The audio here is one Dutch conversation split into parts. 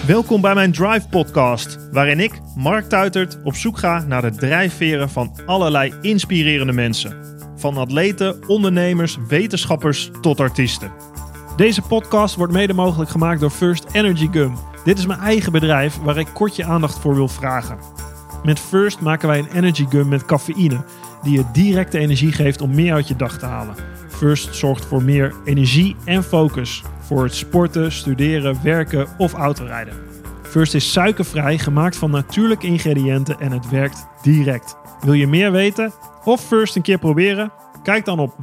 Welkom bij mijn Drive podcast, waarin ik, Mark Tuitert, op zoek ga naar de drijfveren van allerlei inspirerende mensen. Van atleten, ondernemers, wetenschappers tot artiesten. Deze podcast wordt mede mogelijk gemaakt door First Energy Gum. Dit is mijn eigen bedrijf waar ik kort je aandacht voor wil vragen. Met First maken wij een energy gum met cafeïne, die je directe energie geeft om meer uit je dag te halen. First zorgt voor meer energie en focus voor het sporten, studeren, werken of autorijden. First is suikervrij, gemaakt van natuurlijke ingrediënten en het werkt direct. Wil je meer weten of First een keer proberen? Kijk dan op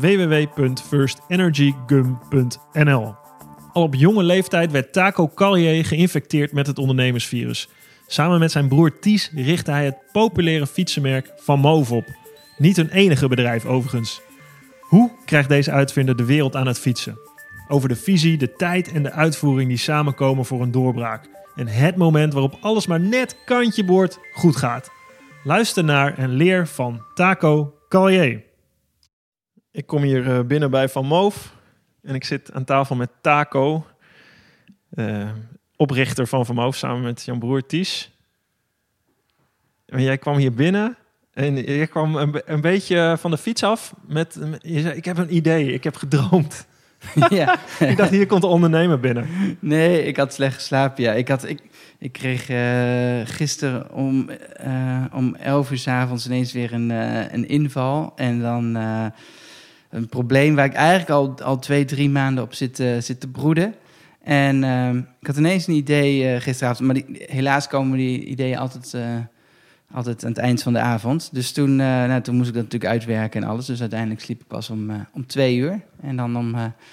www.firstenergygum.nl. Al op jonge leeftijd werd Taco Callier geïnfecteerd met het ondernemersvirus. Samen met zijn broer Ties richtte hij het populaire fietsenmerk Van Moof op. Niet hun enige bedrijf overigens. Hoe krijgt deze uitvinder de wereld aan het fietsen? Over de visie, de tijd en de uitvoering die samenkomen voor een doorbraak. En het moment waarop alles maar net kantje boord goed gaat. Luister naar en leer van Taco Callier. Ik kom hier binnen bij Van Moof. En ik zit aan tafel met Taco, oprichter van Moof, samen met Jan broer Ties. En jij kwam hier binnen en je kwam een beetje van de fiets af. Je zei, ik heb een idee, ik heb gedroomd. Ja. Ik dacht, hier komt de ondernemer binnen. Nee, ik had slecht geslapen, ja. Ik kreeg gisteren om 11 uur 's avonds ineens weer een inval. En dan een probleem waar ik eigenlijk al 2-3 maanden op zit te broeden. En ik had ineens een idee gisteravond. Maar helaas komen die ideeën altijd aan het eind van de avond. Dus toen moest ik dat natuurlijk uitwerken en alles. Dus uiteindelijk sliep ik pas om 2 uur. En dan om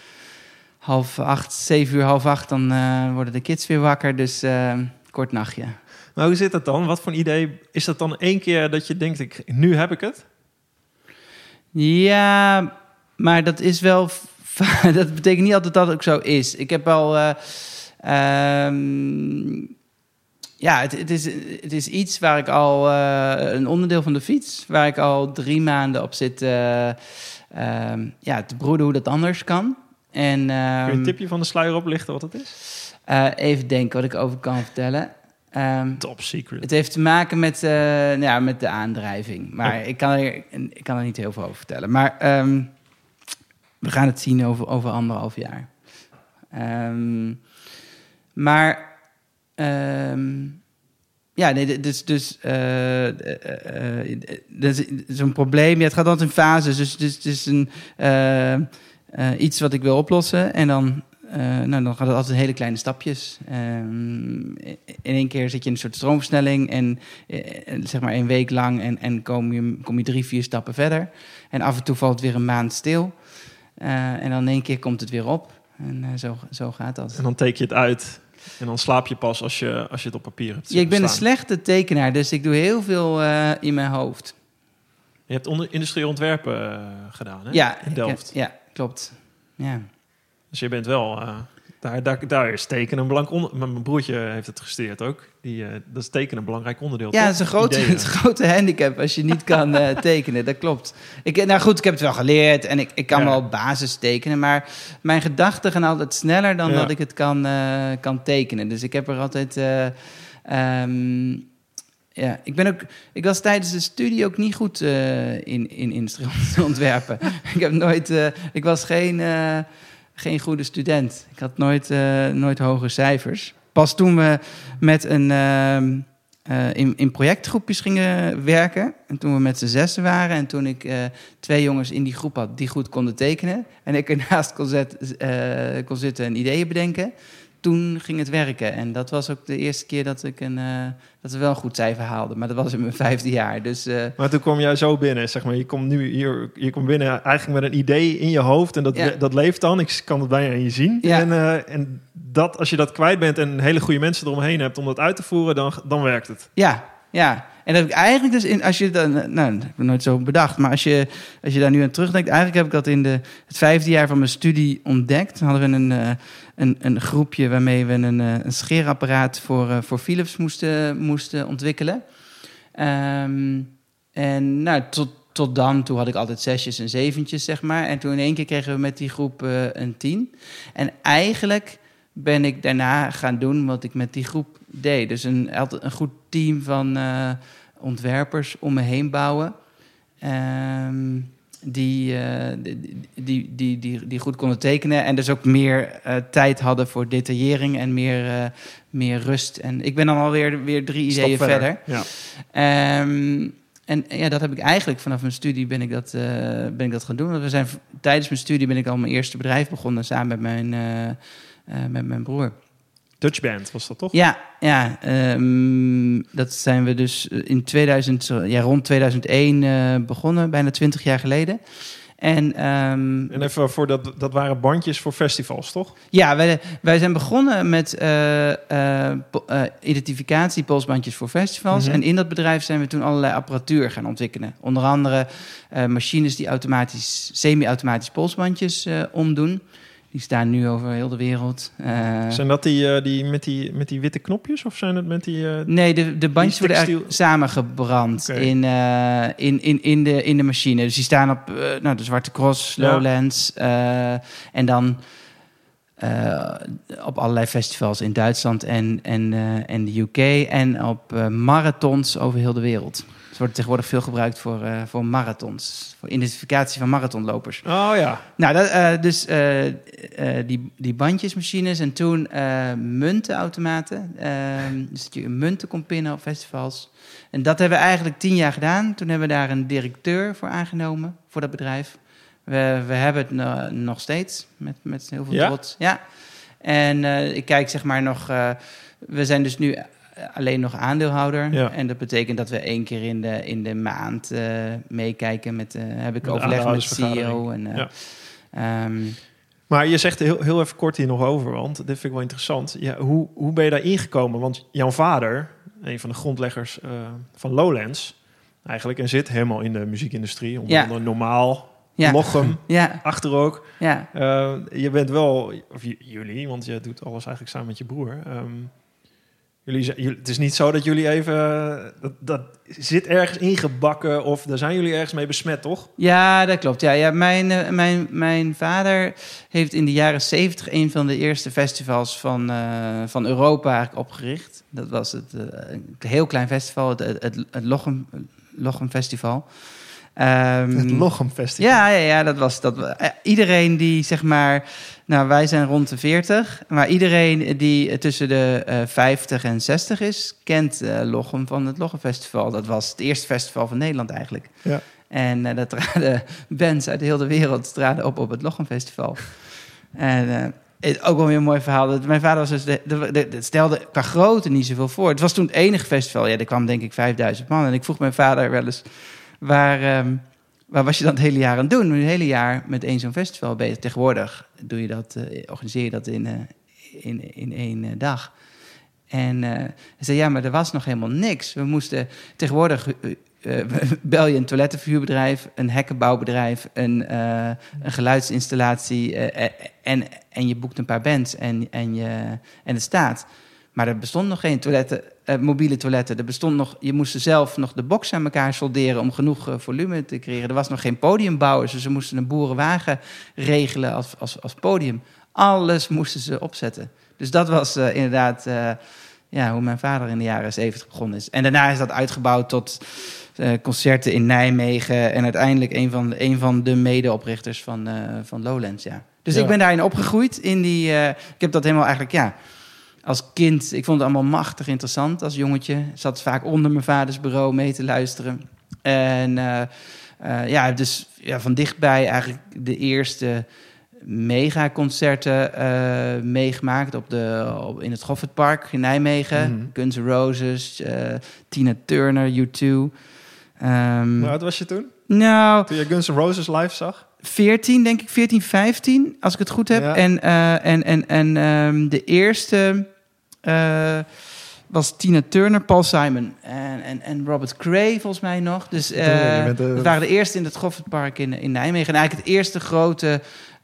7 uur, 7:30, dan worden de kids weer wakker. Dus kort nachtje. Maar hoe zit dat dan? Wat voor een idee? Is dat dan 1 keer dat je denkt, nu heb ik het? Ja, maar dat is wel... dat betekent niet altijd dat het ook zo is. Ik heb al... het is iets waar ik al... een onderdeel van de fiets... waar ik al 3 maanden op zit... te broeden hoe dat anders kan. En, kun je een tipje van de sluier oplichten wat het is? Even denken wat ik over kan vertellen. Top secret. Het heeft te maken met de aandrijving. Maar ik kan er niet heel veel over vertellen. Maar we gaan het zien over 1,5 jaar. Dat is een probleem. Ja, het gaat altijd in fases. Dus het is iets wat ik wil oplossen. En dan gaat het altijd in hele kleine stapjes. In 1 keer zit je in een soort stroomversnelling. En zeg maar 1 week lang. En kom je 3-4 stappen verder. En af en toe valt het weer een maand stil. En dan in 1 keer komt het weer op. En zo gaat dat. En dan teken je het uit. En dan slaap je pas als je het op papier hebt. Ja, ik ben een slechte tekenaar. Dus ik doe heel veel in mijn hoofd. Je hebt industrieel ontwerpen gedaan, hè? Ja, in Delft. Ja, klopt. Ja. Dus je bent wel... Daar is tekenen een belangrijk mijn broertje heeft het gestudeerd ook. Dat is tekenen een belangrijk onderdeel. Ja, dat is een grote handicap als je niet kan tekenen. Dat klopt. Ik heb het wel geleerd en ik kan wel basis tekenen. Maar mijn gedachten gaan altijd sneller dan dat ik het kan tekenen. Dus ik heb er altijd... ik was tijdens de studie ook niet goed in industrieel ontwerpen. Ik was geen goede student. Ik had nooit hoge cijfers. Pas toen we met in projectgroepjes gingen werken. En toen we met z'n 6 waren. En toen ik 2 jongens in die groep had die goed konden tekenen. En ik ernaast kon zitten en ideeën bedenken. Toen ging het werken. En dat was ook de eerste keer dat we wel een goed cijfer haalden. Maar dat was in mijn 5e jaar. Dus, Maar toen kwam jij zo binnen, zeg maar. Je komt binnen eigenlijk met een idee in je hoofd. En dat leeft dan. Ik kan het bijna in je zien. Ja. En dat, als je dat kwijt bent en hele goede mensen eromheen hebt om dat uit te voeren, dan werkt het. Ja. En dat heb ik eigenlijk dus als je dan, dat heb ik nooit zo bedacht, maar als je daar nu aan terugdenkt, eigenlijk heb ik dat in het 5e jaar van mijn studie ontdekt. Dan hadden we een groepje waarmee we een scheerapparaat voor Philips moesten ontwikkelen. Tot dan, toen had ik altijd 6'jes en 7'tjes, zeg maar. En toen in 1 keer kregen we met die groep een 10. En eigenlijk ben ik daarna gaan doen wat ik met die groep deed. Dus altijd een goed team van ontwerpers om me heen bouwen. Die goed konden tekenen. En dus ook meer tijd hadden voor detaillering en meer rust. En ik ben dan alweer 3 ideeën verder. Ja. En dat heb ik eigenlijk vanaf mijn studie ben ik dat gaan doen. Want tijdens mijn studie ben ik al mijn eerste bedrijf begonnen samen met mijn broer. Dutch Band was dat toch? Ja. Dat zijn we dus rond 2001 begonnen, bijna 20 jaar geleden. En even voor dat waren bandjes voor festivals, toch? Ja, wij zijn begonnen met identificatie polsbandjes voor festivals. En in dat bedrijf zijn we toen allerlei apparatuur gaan ontwikkelen. Onder andere machines die semi-automatisch polsbandjes omdoen. Die staan nu over heel de wereld. Zijn dat die met die witte knopjes? Of zijn het met die... Nee, de bandjes worden eigenlijk samengebrand in de machine. Dus die staan op de Zwarte Cross, Lowlands. En dan op allerlei festivals in Duitsland en de UK. En op marathons over heel de wereld. Het wordt tegenwoordig veel gebruikt voor marathons. Voor identificatie van marathonlopers. Oh ja. Nou, die bandjesmachines en toen muntenautomaten. Dus dat je munten kon pinnen op festivals. En dat hebben we eigenlijk 10 jaar gedaan. Toen hebben we daar een directeur voor aangenomen, voor dat bedrijf. We hebben het nog steeds, met heel veel trots. Ja. En ik kijk zeg maar nog... we zijn dus nu... alleen nog aandeelhouder. Ja. En dat betekent dat we 1 keer in de maand meekijken. Heb ik overleg met de CEO. Maar je zegt heel even kort hier nog over, want dit vind ik wel interessant. Ja, hoe ben je daar ingekomen? Want jouw vader, een van de grondleggers van Lowlands, eigenlijk, en zit helemaal in de muziekindustrie. Onder andere Normaal, Lochem, achter ook. Ja. Je bent wel, of jullie, want je doet alles eigenlijk samen met je broer. Het is niet zo dat jullie even... Dat zit ergens ingebakken of daar zijn jullie ergens mee besmet, toch? Ja, dat klopt. Ja, mijn vader heeft in de jaren 70 een van de eerste festivals van Europa eigenlijk opgericht. Dat was een heel klein festival, het Lochem Festival. Het Lochem Festival. Ja, dat was dat. Iedereen die zeg maar... Nou, wij zijn rond de 40. Maar iedereen die tussen de 50 en 60 is... kent Lochem van het Lochem Festival. Dat was het eerste festival van Nederland eigenlijk. Ja. En daar traden bands uit heel de wereld op het Lochem Festival. En... ook wel weer een mooi verhaal. Mijn vader was dus het stelde qua grootte niet zoveel voor. Het was toen het enige festival. Ja, er kwam denk ik 5000 man. En ik vroeg mijn vader wel eens... Waar was je dan het hele jaar aan het doen? Het hele jaar met zo'n festival bezig. Tegenwoordig organiseer je dat in 1 dag. En hij zei, ja, maar er was nog helemaal niks. We moesten tegenwoordig... bel je een toilettenverhuurbedrijf, een hekkenbouwbedrijf, een geluidsinstallatie... en je boekt een paar bands en het staat... Maar er bestond nog geen mobiele toiletten. Je moest zelf nog de box aan elkaar solderen om genoeg volume te creëren. Er was nog geen podiumbouwers, dus ze moesten een boerenwagen regelen als podium. Alles moesten ze opzetten. Dus dat was inderdaad hoe mijn vader in de jaren 70 begonnen is. En daarna is dat uitgebouwd tot concerten in Nijmegen en uiteindelijk een van de medeoprichters van Lowlands. Ja. Dus ik ben daarin opgegroeid. Ik heb dat helemaal eigenlijk, als kind, ik vond het allemaal machtig interessant als jongetje. Ik zat vaak onder mijn vaders bureau mee te luisteren. En dus van dichtbij eigenlijk de eerste megaconcerten meegemaakt in het Goffertpark in Nijmegen. Mm-hmm. Guns N' Roses, Tina Turner, U2. Hoe oud was je toen? Nou, toen je Guns N' Roses live zag? 14, denk ik. 14, 15, als ik het goed heb. Ja. En de eerste was Tina Turner, Paul Simon en Robert Cray volgens mij nog. Dus dat waren de eerste in het Goffertpark in Nijmegen. En eigenlijk het eerste grote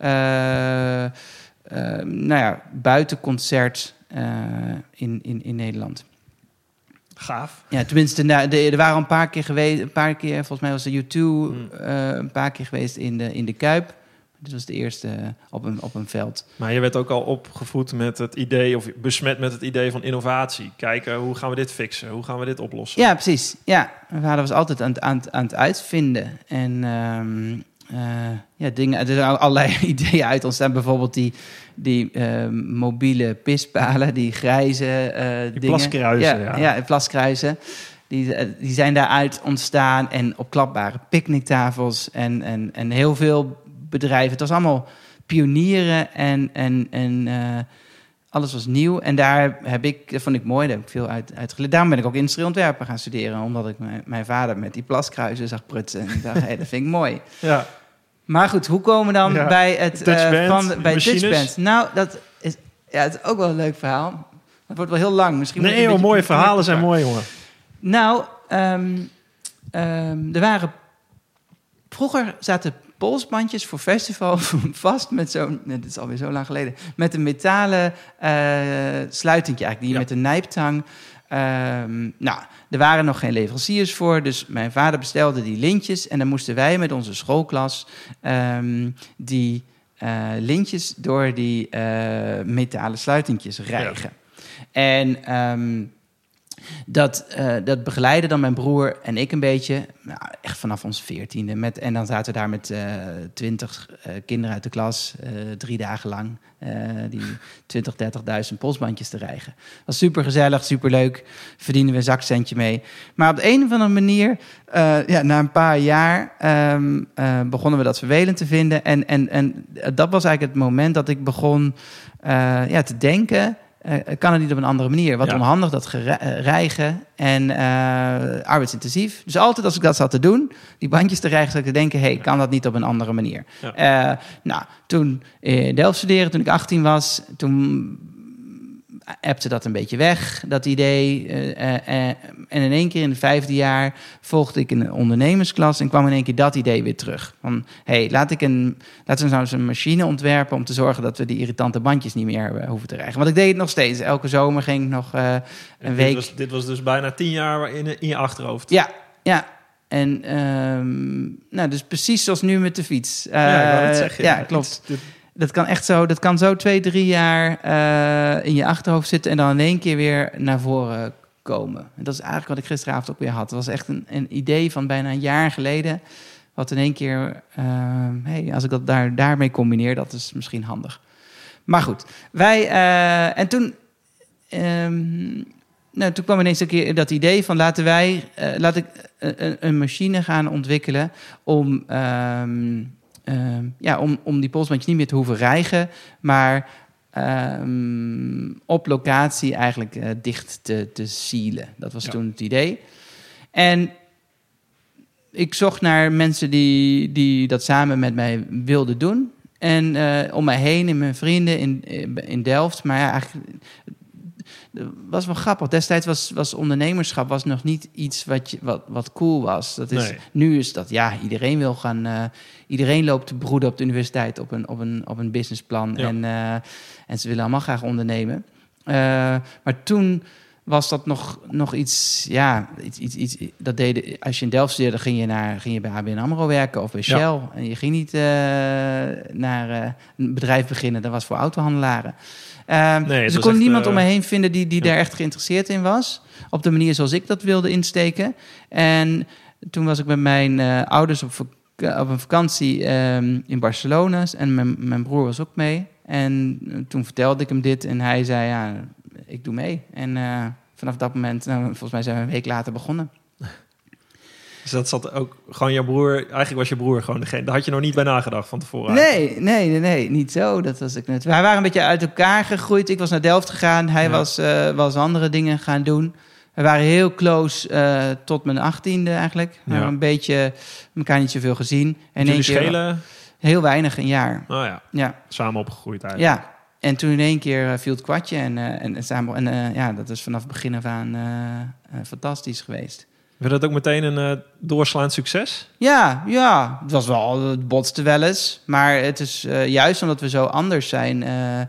buitenconcert in Nederland. Gaaf. Ja, tenminste, er waren een paar keer geweest. Volgens mij was de U2 een paar keer geweest in de Kuip. Dit was de eerste op een veld. Maar je werd ook al opgevoed met het idee, of besmet met het idee van innovatie. Kijken, hoe gaan we dit fixen? Hoe gaan we dit oplossen? Ja, precies. Ja, mijn vader was altijd aan het uitvinden. En dingen, er zijn allerlei ideeën uit ontstaan. Bijvoorbeeld die mobiele pispalen, die grijze Die dingen. plaskruizen, Ja, plaskruizen. Die zijn daaruit ontstaan. En opklapbare picknicktafels. En heel veel bedrijven. Het was allemaal pionieren en alles was nieuw. En daar vond ik mooi, daar heb ik veel uit geleerd. Daarom ben ik ook industrieel ontwerpen gaan studeren. Omdat ik mijn vader met die plaskruizen zag prutsen. En ik dacht, dat vind ik mooi. Ja. Maar goed, hoe komen we dan bij het bij Dutch Band? Nou, het is ook wel een leuk verhaal. Het wordt wel heel lang. Misschien mooie verhalen zijn mooi, jongen. Nou, er waren... Vroeger zaten polsbandjes voor festival vast met zo'n... Dit is alweer zo lang geleden. Met een metalen sluitingje eigenlijk. Die je met een nijptang... er waren nog geen leveranciers voor. Dus mijn vader bestelde die lintjes. En dan moesten wij met onze schoolklas... die lintjes door die metalen sluitingjes rijgen. Ja. En... Dat begeleidde dan mijn broer en ik een beetje, echt vanaf ons 14e. En dan zaten we daar met 20 kinderen uit de klas, 3 dagen lang, die 20.000, 30.000 polsbandjes te rijgen. Was super gezellig, super leuk, verdienden we een zakcentje mee. Maar op de een of andere manier, na een paar jaar, begonnen we dat vervelend te vinden. En dat was eigenlijk het moment dat ik begon te denken... kan het niet op een andere manier? Wat onhandig, dat rijgen en arbeidsintensief. Dus altijd als ik dat zat te doen, die bandjes te rijgen, zat ik te denken, kan dat niet op een andere manier? Ja. Toen in Delft studeren, toen ik 18 was, toen appte dat een beetje weg, dat idee. En in één keer in het 5e jaar volgde ik een ondernemersklas en kwam in één keer dat idee weer terug. Van, laten we nou eens een machine ontwerpen om te zorgen dat we die irritante bandjes niet meer hoeven te rijgen. Want ik deed het nog steeds. Elke zomer ging ik nog een week... Dit was dus bijna 10 jaar in je achterhoofd. Ja. En dus precies zoals nu met de fiets. Ik wou het zeggen. Ja, klopt. Dat kan echt zo, 2-3 jaar in je achterhoofd zitten en dan in één keer weer naar voren komen. En dat is eigenlijk wat ik gisteravond ook weer had. Het was echt een idee van bijna een jaar geleden, wat in één keer, als ik dat daarmee combineer, dat is misschien handig. Maar goed, en toen kwam ineens een keer dat idee van laat ik een machine gaan ontwikkelen om die polsbandjes niet meer te hoeven rijgen, maar op locatie eigenlijk dicht te sealen. Dat was toen het idee. En ik zocht naar mensen die dat samen met mij wilden doen. En om mij heen, in mijn vrienden in Delft. Maar ja, eigenlijk... Dat was wel grappig. Destijds was ondernemerschap was nog niet iets wat cool was. Dat is, nu is dat, iedereen wil gaan... iedereen loopt te broeden op de universiteit op een businessplan. Ja. En ze willen allemaal graag ondernemen. Maar toen was dat nog iets... iets dat deden... Als je in Delft studeerde, ging je bij ABN AMRO werken of bij Shell. Ja. En je ging niet naar een bedrijf beginnen. Dat was voor autohandelaren. Dus ik kon niemand om me heen vinden die daar echt geïnteresseerd in was. Op de manier zoals ik dat wilde insteken. En toen was ik met mijn ouders op een vakantie in Barcelona. En mijn broer was ook mee. En toen vertelde ik hem dit. En hij zei, ik doe mee. En vanaf dat moment, volgens mij zijn we een week later begonnen. Dus dat zat ook gewoon jouw broer... Eigenlijk was je broer gewoon degene... Daar had je nog niet bij nagedacht van tevoren? Nee, niet zo. Dat was ik net. Wij waren een beetje uit elkaar gegroeid. Ik was naar Delft gegaan. Hij was andere dingen gaan doen. We waren heel close tot mijn 18e eigenlijk. We hebben een beetje elkaar niet zoveel gezien. En jullie schelen? Heel weinig, een jaar. Oh ja. Samen opgegroeid eigenlijk. Ja. En toen in één keer viel het kwartje. En dat is vanaf het begin af aan fantastisch geweest. Werd dat ook meteen een doorslaand succes? Ja, het was wel, het botste wel eens. Maar het is juist omdat we zo anders zijn.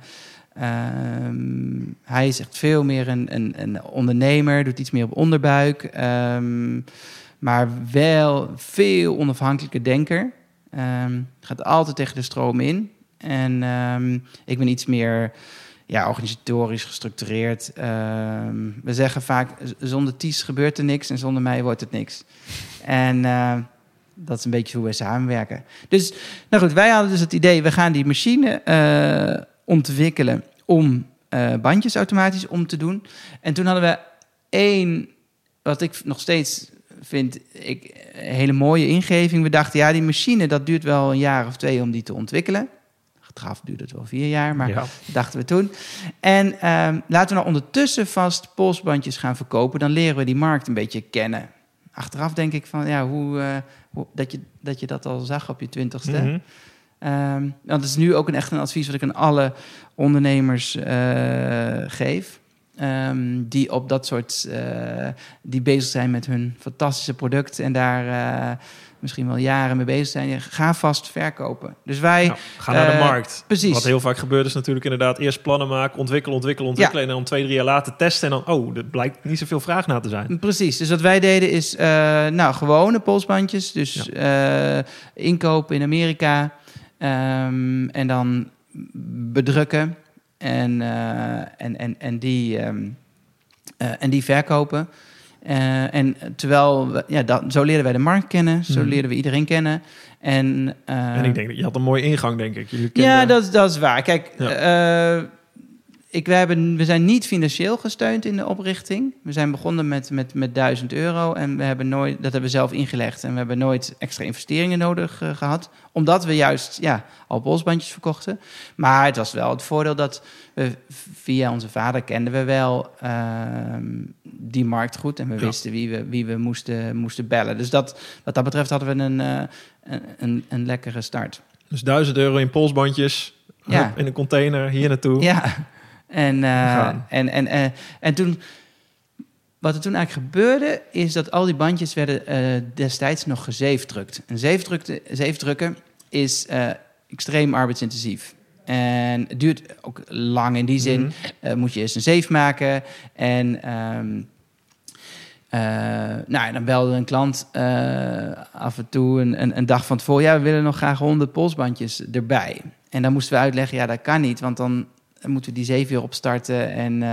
Hij is echt veel meer een ondernemer, doet iets meer op onderbuik. Maar wel veel onafhankelijke denker. Gaat altijd tegen de stroom in. En ik ben iets meer organisatorisch gestructureerd. We zeggen vaak, zonder Ties gebeurt er niks en zonder mij wordt het niks. En dat is een beetje hoe wij samenwerken. Dus, nou goed, wij hadden dus het idee, we gaan die machine ontwikkelen om bandjes automatisch om te doen. En toen hadden we wat ik nog steeds vind, een hele mooie ingeving. We dachten, die machine, dat duurt wel 1 jaar of 2 om die te ontwikkelen. Achteraf duurde het wel 4 jaar, maar dat dachten we toen. En laten we nou ondertussen vast polsbandjes gaan verkopen. Dan leren we die markt een beetje kennen. Achteraf denk ik van, dat je dat al zag op je 20ste. Mm-hmm. Dat is nu ook echt een advies wat ik aan alle ondernemers geef. Die op dat soort, die bezig zijn met hun fantastische product en daar misschien wel jaren mee bezig zijn. Ga vast verkopen. Dus wij gaan naar de markt. Precies. Wat heel vaak gebeurt is natuurlijk inderdaad eerst plannen maken, ontwikkelen en dan 2-3 jaar later testen en dan er blijkt niet zoveel vraag naar te zijn. Precies. Dus wat wij deden is gewone polsbandjes, dus inkopen in Amerika en dan bedrukken. En die verkopen. En terwijl, zo leerden wij de markt kennen. Zo leerden we iedereen kennen. En ik denk dat je had een mooie ingang, denk ik. Dat is waar. Kijk, we zijn niet financieel gesteund in de oprichting. We zijn begonnen met €1000 en dat hebben we zelf ingelegd. En we hebben nooit extra investeringen nodig gehad. Omdat we juist al polsbandjes verkochten. Maar het was wel het voordeel dat we via onze vader kenden we wel die markt goed. En we wisten wie we moesten bellen. Dus wat dat betreft hadden we een lekkere start. Dus €1000 in polsbandjes. In een container hier naartoe. Ja. En toen, wat er toen eigenlijk gebeurde, is dat al die bandjes werden destijds nog gezeefdrukt. En zeefdrukken is extreem arbeidsintensief. En het duurt ook lang in die zin. Moet je eerst een zeef maken. En dan belde een klant af en toe een dag van tevoren. We willen nog graag 100 polsbandjes erbij. En dan moesten we uitleggen, dat kan niet, want dan moeten we die zeef weer opstarten.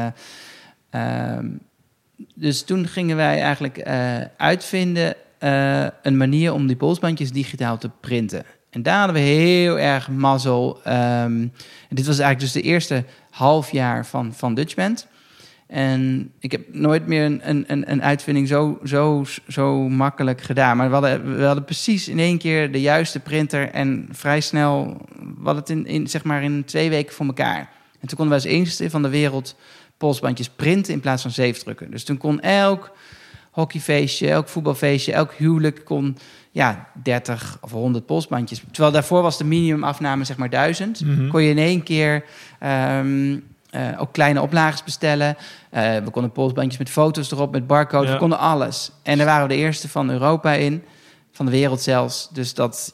Dus toen gingen wij eigenlijk uitvinden een manier om die polsbandjes digitaal te printen. En daar hadden we heel erg mazzel. Dit was eigenlijk dus de eerste halfjaar van Dutchband. En ik heb nooit meer een uitvinding zo makkelijk gedaan. Maar we hadden precies in 1 keer de juiste printer en vrij snel, we hadden het in 2 weken voor elkaar. En toen konden wij als enigste van de wereld polsbandjes printen in plaats van zeefdrukken. Dus toen kon elk hockeyfeestje, elk voetbalfeestje, elk huwelijk kon 30 of 100 polsbandjes. Terwijl daarvoor was de minimumafname 1000. Kon je in 1 keer ook kleine oplages bestellen. We konden polsbandjes met foto's erop, met barcodes. We konden alles. En daar waren we de eerste van Europa in. Van de wereld zelfs. Dus dat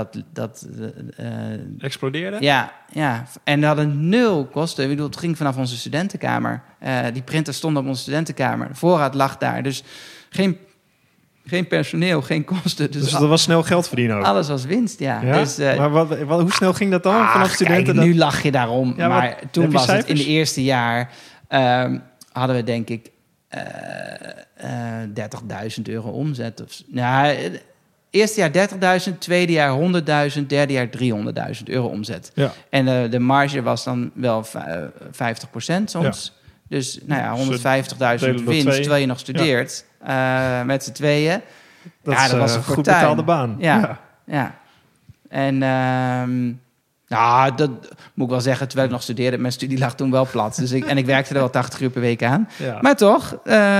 explodeerde? Ja. En we hadden 0 kosten. Ik bedoel, het ging vanaf onze studentenkamer. Die printer stond op onze studentenkamer. De voorraad lag daar. Dus geen personeel, geen kosten. Dus dat was snel geld verdienen ook? Alles was winst, ja. Dus, maar hoe snel ging dat dan vanaf studenten? Kijk, nu lach je daarom. Maar toen was het in de eerste jaar hadden we denk ik €30.000 omzet. Eerste jaar 30.000, tweede jaar 100.000, derde jaar €300.000 omzet. Ja. En de marge was dan wel 50% soms. Ja. Dus 150.000 winst terwijl je nog studeert met z'n tweeën. Dat was een goed betaalde baan. Ja. En dat moet ik wel zeggen, terwijl ik nog studeerde, mijn studie lag toen wel plat. Dus ik werkte er wel 80 uur per week aan. Ja. Maar toch.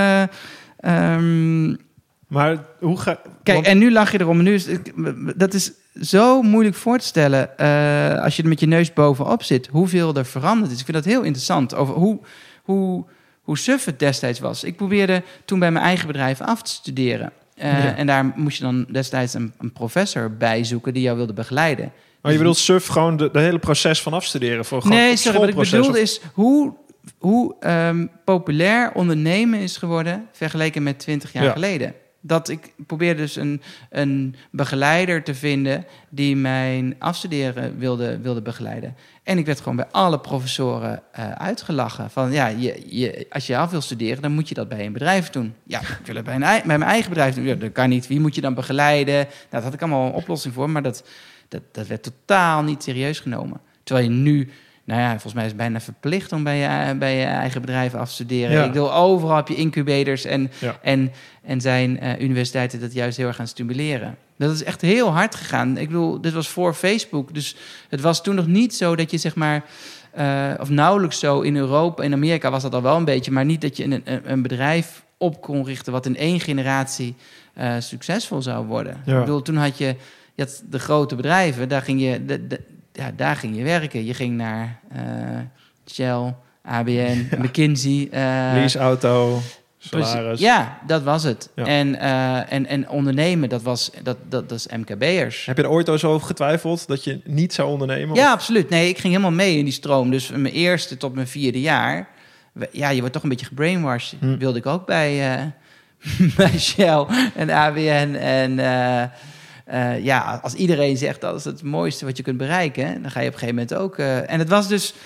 Maar hoe Kijk, en nu lach je erom. Dat is zo moeilijk voor te stellen als je er met je neus bovenop zit, hoeveel er veranderd is. Ik vind dat heel interessant over hoe suf het destijds was. Ik probeerde toen bij mijn eigen bedrijf af te studeren. En daar moest je dan destijds een professor bij zoeken die jou wilde begeleiden. Maar je bedoelt suf gewoon de hele proces van afstuderen? Wat ik bedoelde is hoe populair ondernemen is geworden vergeleken met 20 jaar geleden. Dat ik probeerde dus een begeleider te vinden die mijn afstuderen wilde begeleiden. En ik werd gewoon bij alle professoren uitgelachen. Van ja, als je af wil studeren, dan moet je dat bij een bedrijf doen. Ja, ik wil het bij mijn eigen bedrijf doen. Ja, dat kan niet. Wie moet je dan begeleiden? Nou, daar had ik allemaal een oplossing voor, maar dat werd totaal niet serieus genomen. Terwijl je nu... Nou ja, volgens mij is het bijna verplicht om bij je eigen bedrijf af te studeren. Ja. Ik bedoel, overal heb je incubators en zijn universiteiten dat juist heel erg gaan stimuleren. Dat is echt heel hard gegaan. Ik bedoel, dit was voor Facebook. Dus het was toen nog niet zo dat je zeg maar... of nauwelijks zo in Europa. In Amerika was dat al wel een beetje. Maar niet dat je een bedrijf op kon richten... wat in 1 generatie succesvol zou worden. Ja. Ik bedoel, toen had je de grote bedrijven. Daar ging je werken. Je ging naar Shell, ABN, McKinsey. Leaseauto, salaris. Ja, dat was het. Ja. En ondernemen, dat is MKB'ers. Heb je er ooit al zo over getwijfeld dat je niet zou ondernemen? Ja, absoluut. Nee, ik ging helemaal mee in die stroom. Dus van mijn eerste tot mijn 4e jaar... Ja, je wordt toch een beetje gebrainwashed. Wilde ik ook bij Shell en ABN en... als iedereen zegt dat is het mooiste wat je kunt bereiken... dan ga je op een gegeven moment ook... en het was dus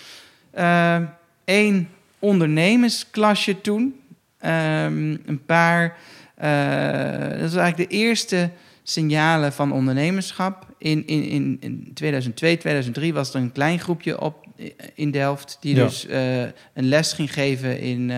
1 ondernemersklasje toen. Een paar... dat was eigenlijk de eerste signalen van ondernemerschap. In 2002, 2003 was er een klein groepje in Delft... die dus een les ging geven in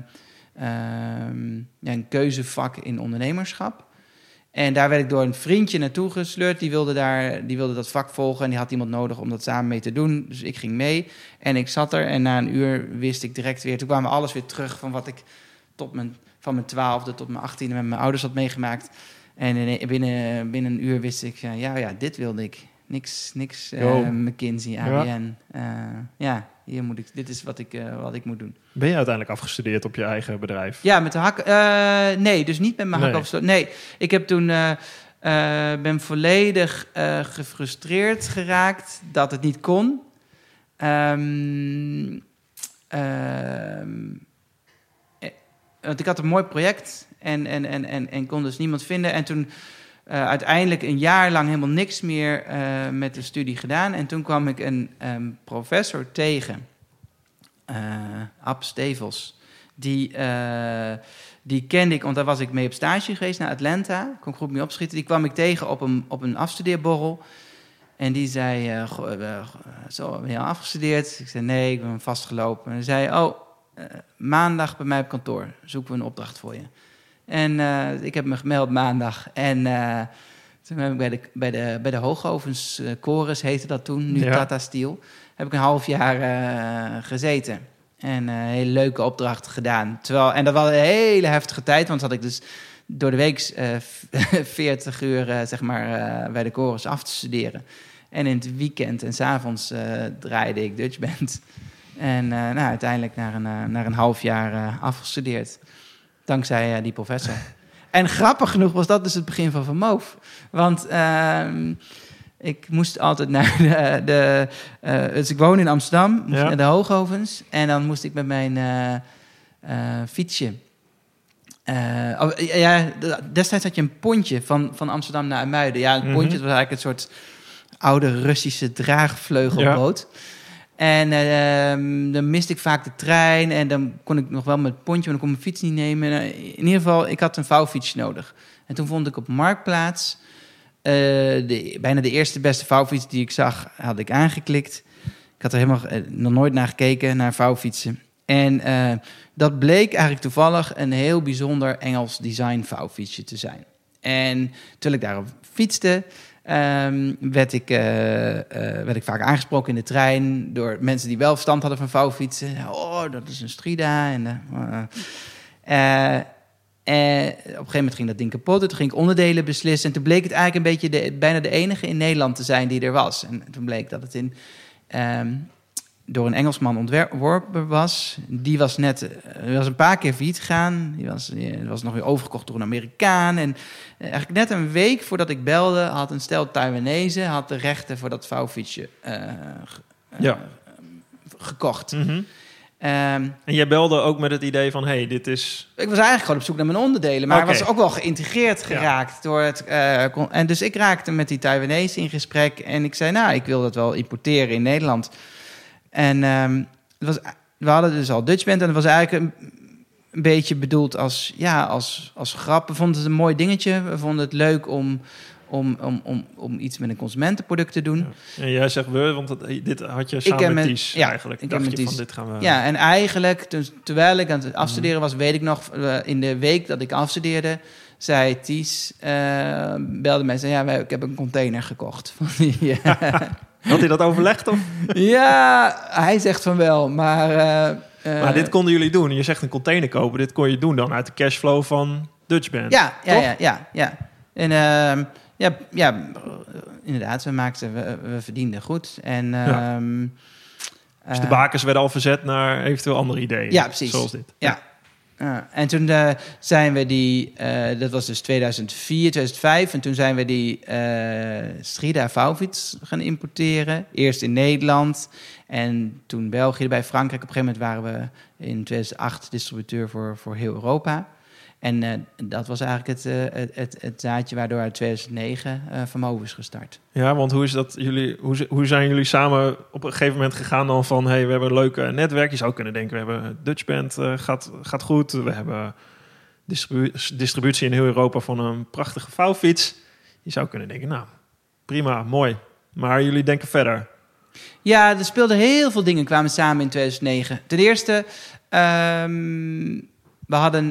een keuzevak in ondernemerschap... En daar werd ik door een vriendje naartoe gesleurd. Die wilde dat vak volgen en die had iemand nodig om dat samen mee te doen. Dus ik ging mee en ik zat er. En na een uur wist ik direct weer... Toen kwam alles weer terug van wat ik van mijn 12e tot mijn 18e... met mijn ouders had meegemaakt. En binnen een uur wist ik, dit wilde ik. Niks McKinsey, ABN. Hier moet ik, dit is wat ik moet doen. Ben je uiteindelijk afgestudeerd op je eigen bedrijf? Ja, met de hak. Nee, dus niet met mijn hak afgestudeerd. Nee, ik heb toen ben volledig gefrustreerd geraakt dat het niet kon. Want ik had een mooi project en kon dus niemand vinden. En toen uiteindelijk een jaar lang helemaal niks meer met de studie gedaan. En toen kwam ik een professor tegen, Ab Stevels. Die kende ik, want daar was ik mee op stage geweest naar Atlanta. Kon ik goed mee opschieten. Die kwam ik tegen op een afstudeerborrel. En die zei, zo, ben je al afgestudeerd? Ik zei, nee, ik ben vastgelopen. En hij zei, maandag bij mij op kantoor. Zoeken we een opdracht voor je. En ik heb me gemeld maandag. En toen heb ik bij de Hoogovens, Chorus heette dat toen, nu Tata Steel, heb ik een half jaar gezeten. En een hele leuke opdracht gedaan. En dat was een hele heftige tijd, want had ik dus door de week 40 uur bij de Chorus af te studeren. En in het weekend en 's avonds draaide ik Dutch Band. En uiteindelijk na een half jaar afgestudeerd. Dankzij die professor. En grappig genoeg was dat dus het begin van Moof. Want ik moest altijd naar dus ik woon in Amsterdam, moest naar de Hoogovens. En dan moest ik met mijn fietsje. Destijds had je een pontje van Amsterdam naar IJmuiden. Ja, een pontje was eigenlijk een soort oude Russische draagvleugelboot. Ja. En dan miste ik vaak de trein en dan kon ik nog wel met het pontje, maar dan kon ik mijn fiets niet nemen. In ieder geval, ik had een vouwfietsje nodig. En toen vond ik op Marktplaats bijna de eerste beste vouwfiets die ik zag, had ik aangeklikt. Ik had er helemaal nog nooit naar gekeken, naar vouwfietsen. En dat bleek eigenlijk toevallig een heel bijzonder Engels design vouwfietsje te zijn. En terwijl ik daarop fietste, werd ik vaak aangesproken in de trein door mensen die wel verstand hadden van vouwfietsen. Oh, dat is een Strida. En op een gegeven moment ging dat ding kapot. Toen ging ik onderdelen beslissen. En toen bleek het eigenlijk een beetje bijna de enige in Nederland te zijn die er was. En toen bleek dat het door een Engelsman ontworpen was. Die was een paar keer failliet gegaan. Die was nog weer overgekocht door een Amerikaan. En eigenlijk net een week voordat ik belde, had een stel Taiwanese had de rechten voor dat vouwfietsje gekocht. Mm-hmm. En jij belde ook met het idee van, hey, dit is... Ik was eigenlijk gewoon op zoek naar mijn onderdelen. Maar was ook wel geïntegreerd geraakt door het... en dus ik raakte met die Taiwanese in gesprek. En ik zei, ik wil dat wel importeren in Nederland. En we hadden dus al Dutch Band. En dat was eigenlijk een beetje bedoeld als grap. We vonden het een mooi dingetje. We vonden het leuk om iets met een consumentenproduct te doen. Ja. En jij zegt we, want dit had je samen met Ties eigenlijk. Ik dacht je van, dit gaan we... Ja, en eigenlijk, terwijl ik aan het afstuderen was, weet ik nog, in de week dat ik afstudeerde, zei Ties, belde mij en zei, ik heb een container gekocht. Had hij dat overlegd, of? Ja, hij zegt van wel, maar... maar dit konden jullie doen. Je zegt een container kopen, dit kon je doen dan uit de cashflow van Dutch Band. Ja. En inderdaad, we verdienden goed. En, dus de bakens werden al verzet naar eventueel andere ideeën. Ja, precies. Zoals dit. Ja. En toen zijn we dat was dus 2004, 2005... en toen zijn we die Strida vouwfiets gaan importeren. Eerst in Nederland en toen België, bij Frankrijk. Op een gegeven moment waren we in 2008 distributeur voor heel Europa. En dat was eigenlijk het zaadje waardoor uit 2009 Van Moof is gestart. Ja, want hoe is dat hoe zijn jullie samen op een gegeven moment gegaan dan van, hey, we hebben een leuk netwerk. Je zou kunnen denken, we hebben Dutch Band, gaat goed. We hebben distributie in heel Europa van een prachtige vouwfiets. Je zou kunnen denken, nou, prima, mooi. Maar jullie denken verder. Ja, er speelden heel veel dingen, kwamen samen in 2009. Ten eerste... we hadden,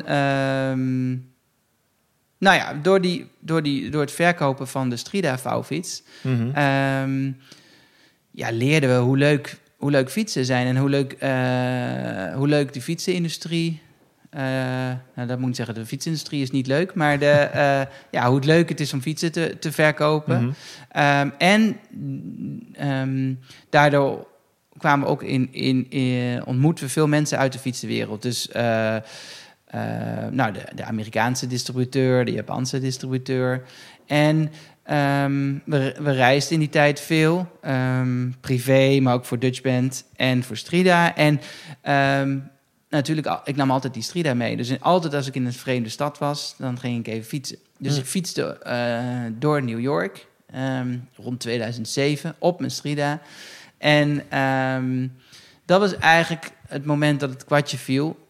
door het verkopen van de Strida vouwfiets, leerden we hoe leuk fietsen zijn en hoe leuk de fietsenindustrie. Dat moet ik zeggen, de fietsindustrie is niet leuk, maar hoe het leuk het is om fietsen te verkopen. Daardoor kwamen we ook ontmoeten we veel mensen uit de fietsenwereld. Dus de Amerikaanse distributeur, de Japanse distributeur. En we reisden in die tijd veel. Privé, maar ook voor Dutch Band en voor Strida. En natuurlijk, ik nam altijd die Strida mee. Dus altijd als ik in een vreemde stad was, dan ging ik even fietsen. Dus ik fietste door New York rond 2007 op mijn Strida. En dat was eigenlijk het moment dat het kwartje viel.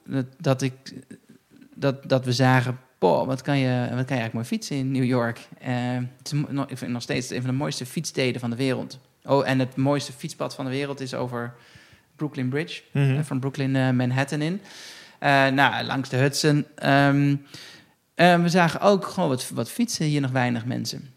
Dat we zagen, wat kan je eigenlijk mooi fietsen in New York. Ik vind nog steeds een van de mooiste fietssteden van de wereld. Oh, en het mooiste fietspad van de wereld is over Brooklyn Bridge. Van Brooklyn Manhattan in. Langs de Hudson. We zagen ook gewoon wat fietsen hier nog weinig mensen.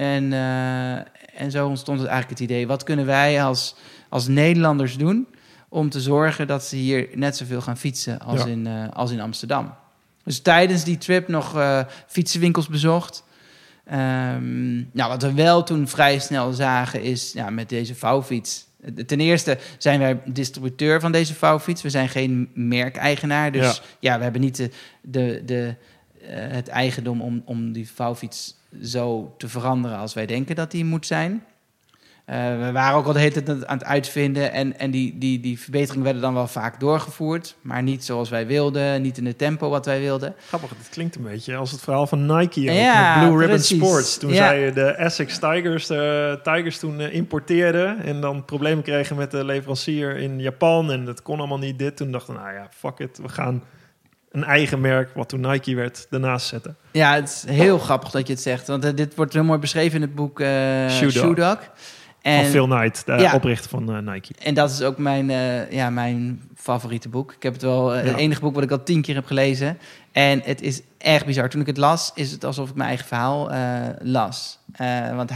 En zo ontstond het eigenlijk het idee, wat kunnen wij als Nederlanders doen om te zorgen dat ze hier net zoveel gaan fietsen als in Amsterdam. Dus tijdens die trip nog fietsenwinkels bezocht. Wat we wel toen vrij snel zagen is, met deze vouwfiets. Ten eerste zijn wij distributeur van deze vouwfiets. We zijn geen merkeigenaar. Dus we hebben niet het eigendom om die vouwfiets zo te veranderen als wij denken dat die moet zijn. We waren ook al de hele tijd aan het uitvinden en die verbeteringen werden dan wel vaak doorgevoerd, maar niet zoals wij wilden, niet in het tempo wat wij wilden. Grappig, het klinkt een beetje als het verhaal van Nike met Blue Ribbon Sports. Toen zij de Essex Tigers toen importeerden en dan problemen kregen met de leverancier in Japan en dat kon allemaal niet dit. Toen dachten we, fuck it, we gaan een eigen merk, wat toen Nike werd, daarnaast zetten. Ja, het is heel grappig dat je het zegt, want dit wordt heel mooi beschreven in het boek Shoe Dog. Van Phil Knight, de oprichter van Nike. En dat is ook mijn favoriete boek. Ik heb het wel het enige boek wat ik al 10 keer heb gelezen. En het is echt bizar. Toen ik het las, is het alsof ik mijn eigen verhaal las. Want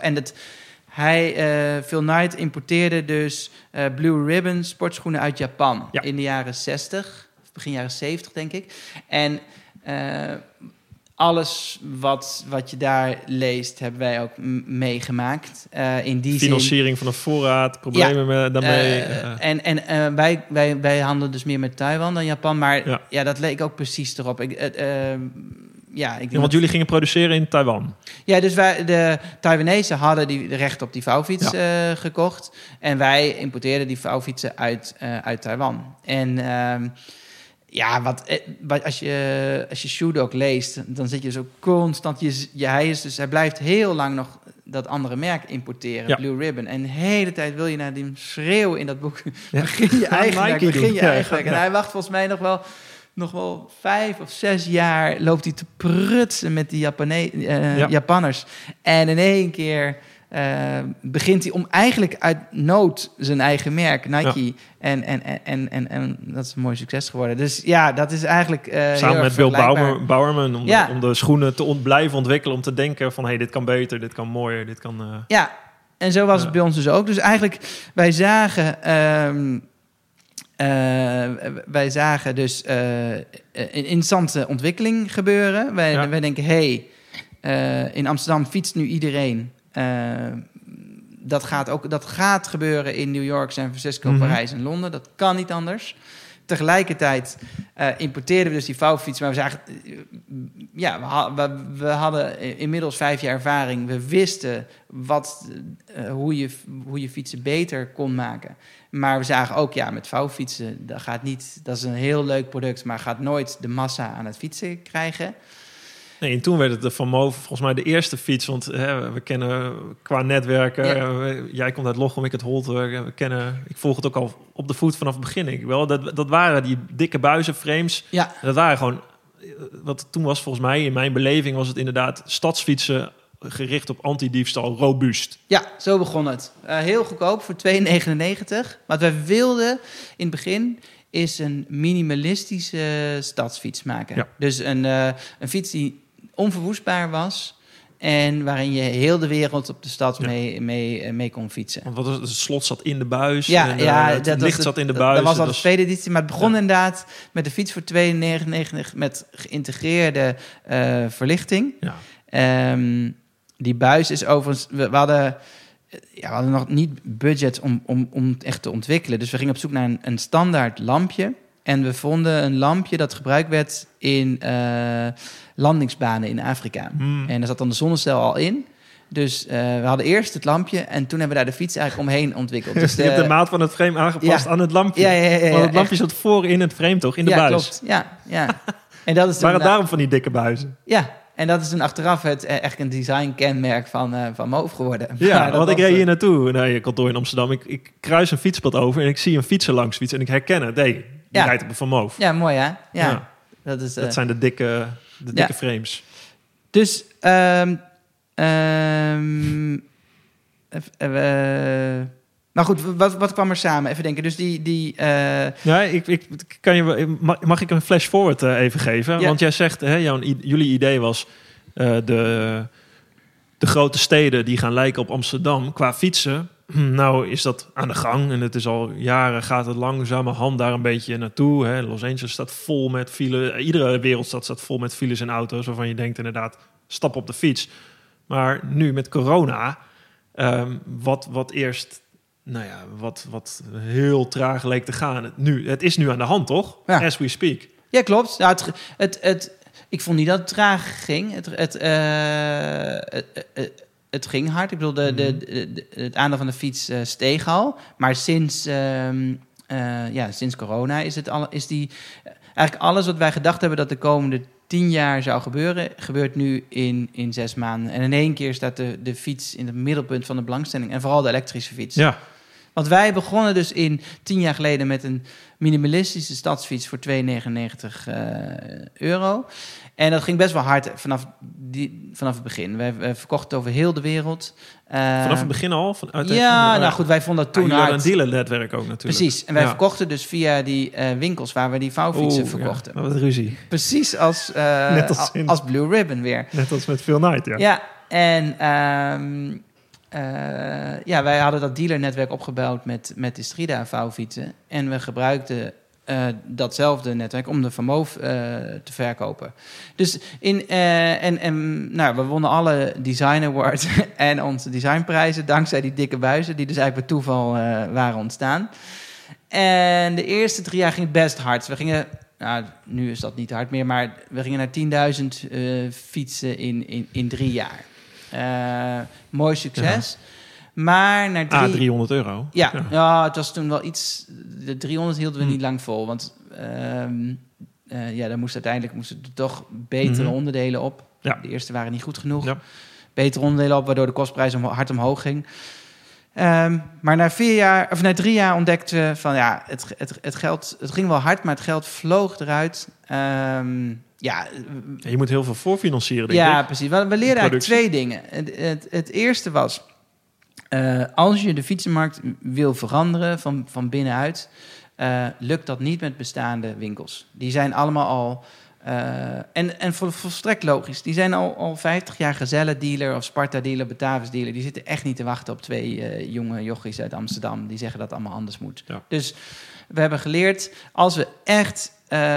Phil Knight importeerde dus Blue Ribbon sportschoenen uit Japan in de jaren 60, of begin jaren 70 denk ik. En alles wat je daar leest, hebben wij ook meegemaakt. In die financiering van een voorraad, problemen daarmee. Wij handelen dus meer met Taiwan dan Japan. Maar dat leek ook precies erop. ja, ik denk want jullie gingen produceren in Taiwan. Ja, dus de Taiwanese hadden de recht op die vouwfiets gekocht. En wij importeerden die vouwfietsen uit Taiwan. En als je Shoe Dog leest, dan zit je zo constant... hij blijft heel lang nog dat andere merk importeren, Blue Ribbon. En de hele tijd wil je naar die schreeuw in dat boek... begin je eigen merk. En hij wacht volgens mij nog wel 5 of 6 jaar loopt hij te prutsen met die Japanners. En in één keer begint hij om eigenlijk uit nood zijn eigen merk, Nike. Ja. En dat is een mooi succes geworden. Dus ja, dat is eigenlijk samen met Bill Bowerman om de schoenen te blijven ontwikkelen. Om te denken van, dit kan beter, dit kan mooier, dit kan... Ja, en zo was het bij ons dus ook. Dus eigenlijk, wij zagen dus een interessante ontwikkeling gebeuren. Wij denken, in Amsterdam fietst nu iedereen. Dat gaat gebeuren in New York, San Francisco, Parijs en Londen. Dat kan niet anders. Tegelijkertijd importeerden we dus die vouwfiets. Maar we zagen, we hadden inmiddels 5 jaar ervaring. We wisten hoe je fietsen beter kon maken. Maar we zagen ook, met vouwfietsen, dat is een heel leuk product, maar gaat nooit de massa aan het fietsen krijgen. Nee, en toen werd het de Van Moof volgens mij de eerste fiets. Want we kennen qua netwerken... Ja. Jij komt uit Lochem, ik uit Holte. Ik volg het ook al op de voet vanaf het begin. Dat waren die dikke buizenframes. Ja. Dat waren gewoon... Wat toen was volgens mij, in mijn beleving... was het inderdaad stadsfietsen gericht op anti-diefstal, robuust. Ja, zo begon het. Heel goedkoop, voor €2,99. Wat wij wilden in het begin... is een minimalistische stadsfiets maken. Ja. Dus een fiets die onverwoestbaar was... en waarin je heel de wereld op de stad mee kon fietsen. Want het slot zat in de buis. Het licht zat in de buis. Dat was al de tweede editie. Maar het begon inderdaad met de fiets voor €2,99... met geïntegreerde verlichting. Ja. Die buis is overigens... We hadden nog niet budget om het echt te ontwikkelen. Dus we gingen op zoek naar een standaard lampje. En we vonden een lampje dat gebruikt werd in landingsbanen in Afrika. En daar zat dan de zonnecel al in. Dus we hadden eerst het lampje en toen hebben we daar de fiets eigenlijk omheen ontwikkeld. Dus je hebt de maat van het frame aangepast aan het lampje. Ja, want het lampje zat voor in het frame toch? In de buis. Klopt. Ja. En dat is waren daarom van die dikke buizen? Ja. En dat is toen achteraf echt een design-kenmerk van Moof geworden. Ja, want ik reed hier naartoe, naar je kantoor in Amsterdam. Ik kruis een fietspad over en ik zie een fietser langs fietsen. En ik herken het. Die rijdt op een Van Moof. Ja, mooi hè? Ja. Dat zijn de dikke frames. Dus... maar goed, wat kwam er samen? Even denken. Dus mag ik een flash forward even geven? Ja. Want jij zegt, jullie idee was... de grote steden die gaan lijken op Amsterdam qua fietsen. Nou is dat aan de gang. En het is al jaren, gaat het langzamerhand daar een beetje naartoe. Hè. Los Angeles staat vol met files. Iedere wereldstad staat vol met files en auto's... waarvan je denkt inderdaad, stap op de fiets. Maar nu met corona... wat eerst... wat heel traag leek te gaan. Het is nu aan de hand, toch? Ja. As we speak. Ja, klopt. Nou, ik vond niet dat het traag ging. Het ging hard. Ik bedoel, het aandeel van de fiets steeg al. Maar sinds corona is die... Eigenlijk alles wat wij gedacht hebben dat de komende 10 jaar zou gebeuren... gebeurt nu in 6 maanden. En in 1 keer staat de fiets in het middelpunt van de belangstelling. En vooral de elektrische fiets. Ja. Want wij begonnen dus 10 jaar geleden met een minimalistische stadsfiets voor €2,99. En dat ging best wel hard vanaf het begin. Wij verkochten over heel de wereld. Vanaf het begin al? Goed, wij vonden dat toen hard. Jullie hadden een dealernetwerk ook natuurlijk. Precies, en wij verkochten dus via die winkels waar we die vouwfietsen verkochten. Wat ruzie. Precies als Blue Ribbon weer. Net als met Phil Knight, ja. Ja, en... wij hadden dat dealernetwerk opgebouwd met de Strida vouwfietsen. En we gebruikten datzelfde netwerk om de Van Moof te verkopen. Dus we wonnen alle design awards en onze designprijzen dankzij die dikke buizen die dus eigenlijk bij toeval waren ontstaan. En de eerste 3 jaar ging het best hard. We gingen Nou, nu is dat niet hard meer, maar we gingen naar 10.000 fietsen in 3 jaar. Mooi succes. Ja. Maar naar €300. Ja, het was toen wel iets... De 300 hielden we niet lang vol, want... daar moesten er toch betere onderdelen op. Ja. De eerste waren niet goed genoeg. Ja. Betere onderdelen op, waardoor de kostprijs hard omhoog ging. Maar na 3 jaar ontdekten we van het geld... Het ging wel hard, maar het geld vloog eruit. Je moet heel veel voorfinancieren, denk ik. Ja, precies. We leerden eigenlijk 2 dingen. Het eerste was... als je de fietsenmarkt wil veranderen van binnenuit... lukt dat niet met bestaande winkels. Die zijn allemaal al... en volstrekt logisch. Die zijn al 50 jaar Gazelle-dealer of Sparta-dealer, Batavus-dealer. Die zitten echt niet te wachten op 2 jonge jochies uit Amsterdam. Die zeggen dat het allemaal anders moet. Ja. Dus we hebben geleerd... als we echt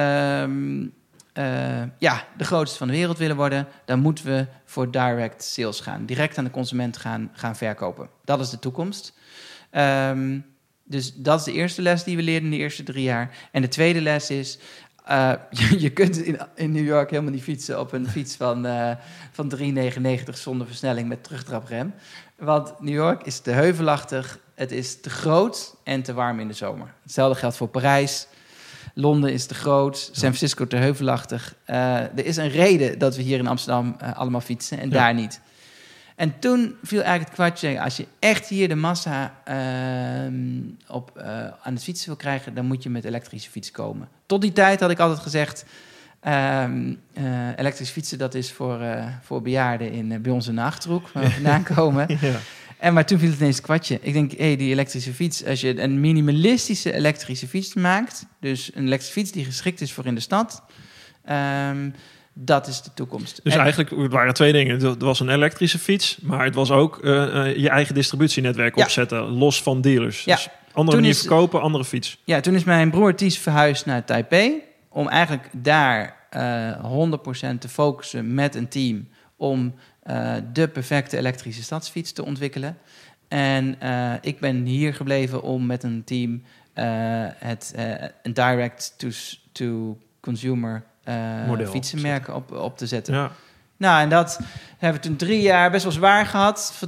de grootste van de wereld willen worden... dan moeten we voor direct sales gaan. Direct aan de consument gaan verkopen. Dat is de toekomst. Dus dat is de eerste les die we leerden in de eerste 3 jaar. En de tweede les is... je kunt in New York helemaal niet fietsen op een fiets van 3,99 zonder versnelling met terugtraprem. Want New York is te heuvelachtig, het is te groot en te warm in de zomer. Hetzelfde geldt voor Parijs. Londen is te groot, San Francisco te heuvelachtig. Er is een reden dat we hier in Amsterdam allemaal fietsen en daar niet. En toen viel eigenlijk het kwartje, als je echt hier de massa aan het fietsen wil krijgen, dan moet je met elektrische fiets komen. Tot die tijd had ik altijd gezegd, elektrisch fietsen, dat is voor bejaarden bij ons in de Achterhoek, waar we vandaan komen. Ja. Maar toen viel het ineens het kwartje. Ik denk, die elektrische fiets, als je een minimalistische elektrische fiets maakt, dus een elektrische fiets die geschikt is voor in de stad, dat is de toekomst. Dus eigenlijk het waren 2 dingen. Het was een elektrische fiets, maar het was ook je eigen distributienetwerk opzetten, los van dealers. Ja. Dus andere manier verkopen, andere fiets. Ja, toen is mijn broer Ties verhuisd naar Taipei, om eigenlijk daar 100% te focussen met een team om de perfecte elektrische stadsfiets te ontwikkelen. En ik ben hier gebleven om met een team een direct-to-consumer fietsenmerken op te zetten. Ja. Nou, en dat hebben we toen 3 jaar best wel zwaar gehad. Van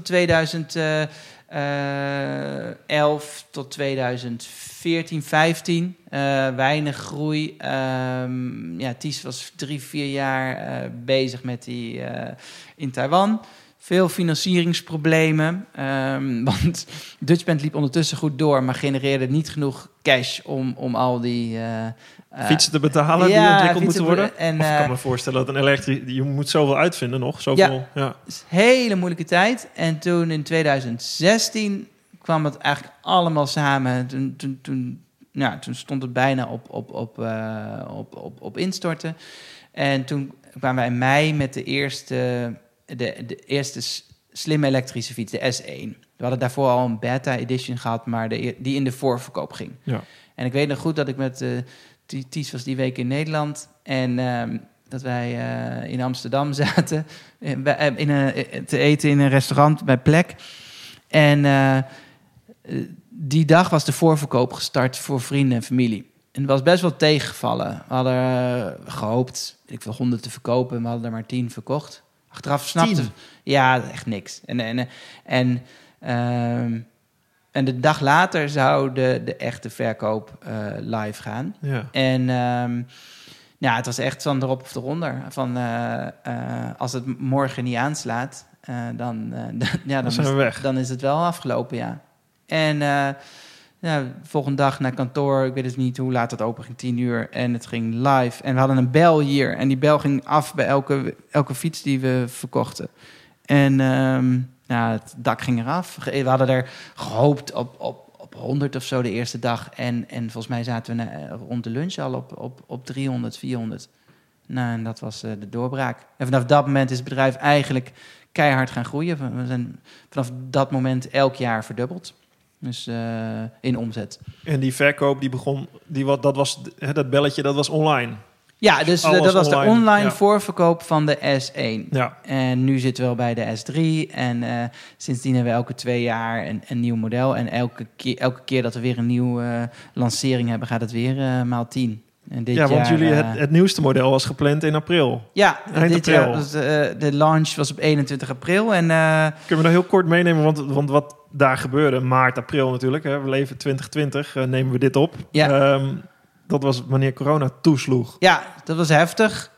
2011 tot 2014, 15. Weinig groei. Ties was 3-4 jaar bezig met die in Taiwan. Veel financieringsproblemen. Want Dutchband liep ondertussen goed door, maar genereerde niet genoeg cash om al die fietsen te betalen die ontwikkeld moeten worden. En, of ik kan me voorstellen dat een elektrisch... Je moet zoveel uitvinden nog. Zoveel, het is een hele moeilijke tijd. En toen in 2016 kwam het eigenlijk allemaal samen. Toen stond het bijna op instorten. En toen kwamen wij in mei met de eerste slimme elektrische fiets, de S1. We hadden daarvoor al een beta-edition gehad, maar die in de voorverkoop ging. Ja. En ik weet nog goed dat ik met Ties was die week in Nederland en dat wij in Amsterdam zaten te eten in een restaurant bij Plek. En die dag was de voorverkoop gestart voor vrienden en familie. En het was best wel tegengevallen. We hadden gehoopt 100 te verkopen, maar we hadden er maar 10 verkocht. Achteraf snapte... Ja, echt niks. En de dag later zou de echte verkoop live gaan. Ja. En het was echt van erop of eronder. Van als het morgen niet aanslaat, dan zijn we weg. Dan is het wel afgelopen, ja. En volgende dag naar kantoor. Ik weet dus niet hoe laat het open ging, 10 uur. En het ging live. En we hadden een bel hier. En die bel ging af bij elke fiets die we verkochten. En het dak ging eraf. We hadden er gehoopt op 100 of zo de eerste dag. En volgens mij zaten we rond de lunch al op 300, 400. Nou, en dat was de doorbraak. En vanaf dat moment is het bedrijf eigenlijk keihard gaan groeien. We zijn vanaf dat moment elk jaar verdubbeld. Dus in omzet. En die verkoop die begon, dat belletje, dat was online. Ja, dus dat was online, de online voorverkoop van de S1. Ja. En nu zitten we al bij de S3. En sindsdien hebben we elke 2 jaar een nieuw model. En elke keer dat we weer een nieuwe lancering hebben, gaat het weer maal 10. En dit want jaar, jullie het nieuwste model was gepland in april. Ja, Eind dit april. jaar was de launch was op 21 april. En Kunnen we nog heel kort meenemen, want wat daar gebeurde, maart, april natuurlijk. Hè, we leven 2020, nemen we dit op. Ja. Dat was wanneer corona toesloeg. ja, dat was heftig.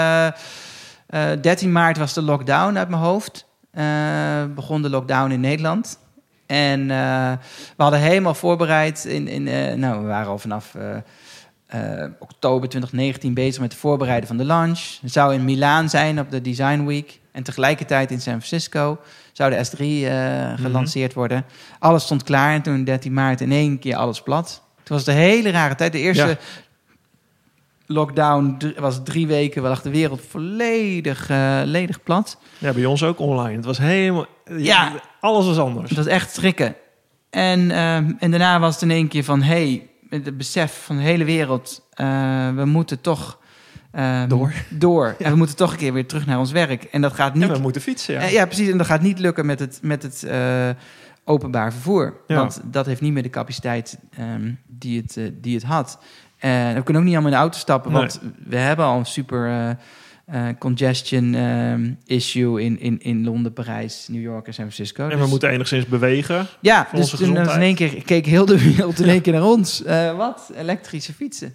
13 maart was de lockdown uit mijn hoofd. Begon de lockdown in Nederland. En we hadden helemaal voorbereid. We waren al vanaf oktober 2019 bezig met het voorbereiden van de launch. Het zou in Milaan zijn op de Design Week. En tegelijkertijd in San Francisco zou de S3 gelanceerd worden. Alles stond klaar en toen 13 maart in één keer alles plat. Toen was het een hele rare tijd. De eerste lockdown was 3 weken. We lag de wereld volledig plat. Ja, bij ons ook online. Het was helemaal... Ja. Alles was anders. Dat was echt schrikken. En daarna was het in één keer van... met het besef van de hele wereld... we moeten toch... door. En we moeten toch een keer weer terug naar ons werk. En dat gaat niet... En we moeten fietsen, ja. Ja, precies. En dat gaat niet lukken met het openbaar vervoer. Ja. Want dat heeft niet meer de capaciteit die het had. We kunnen ook niet allemaal in de auto stappen... want we hebben al een super... congestion issue in Londen, Parijs, New York en San Francisco. En we moeten enigszins bewegen. Ja, voor dus onze toen gezondheid. in één keer keek heel de wereld in één keer naar ons. Wat? Elektrische fietsen.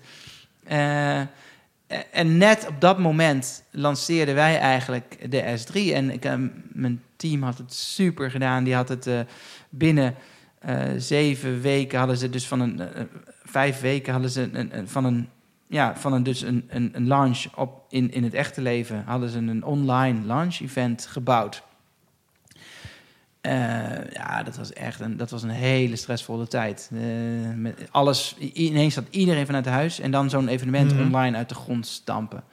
En net op dat moment lanceerden wij eigenlijk de S3. En mijn team had het super gedaan. Die had het binnen 7 weken hadden ze dus 5 weken hadden ze een launch in het echte leven hadden ze een online launch event gebouwd. Dat was een hele stressvolle tijd. Met alles, ineens zat iedereen vanuit huis en dan zo'n evenement online uit de grond stampen.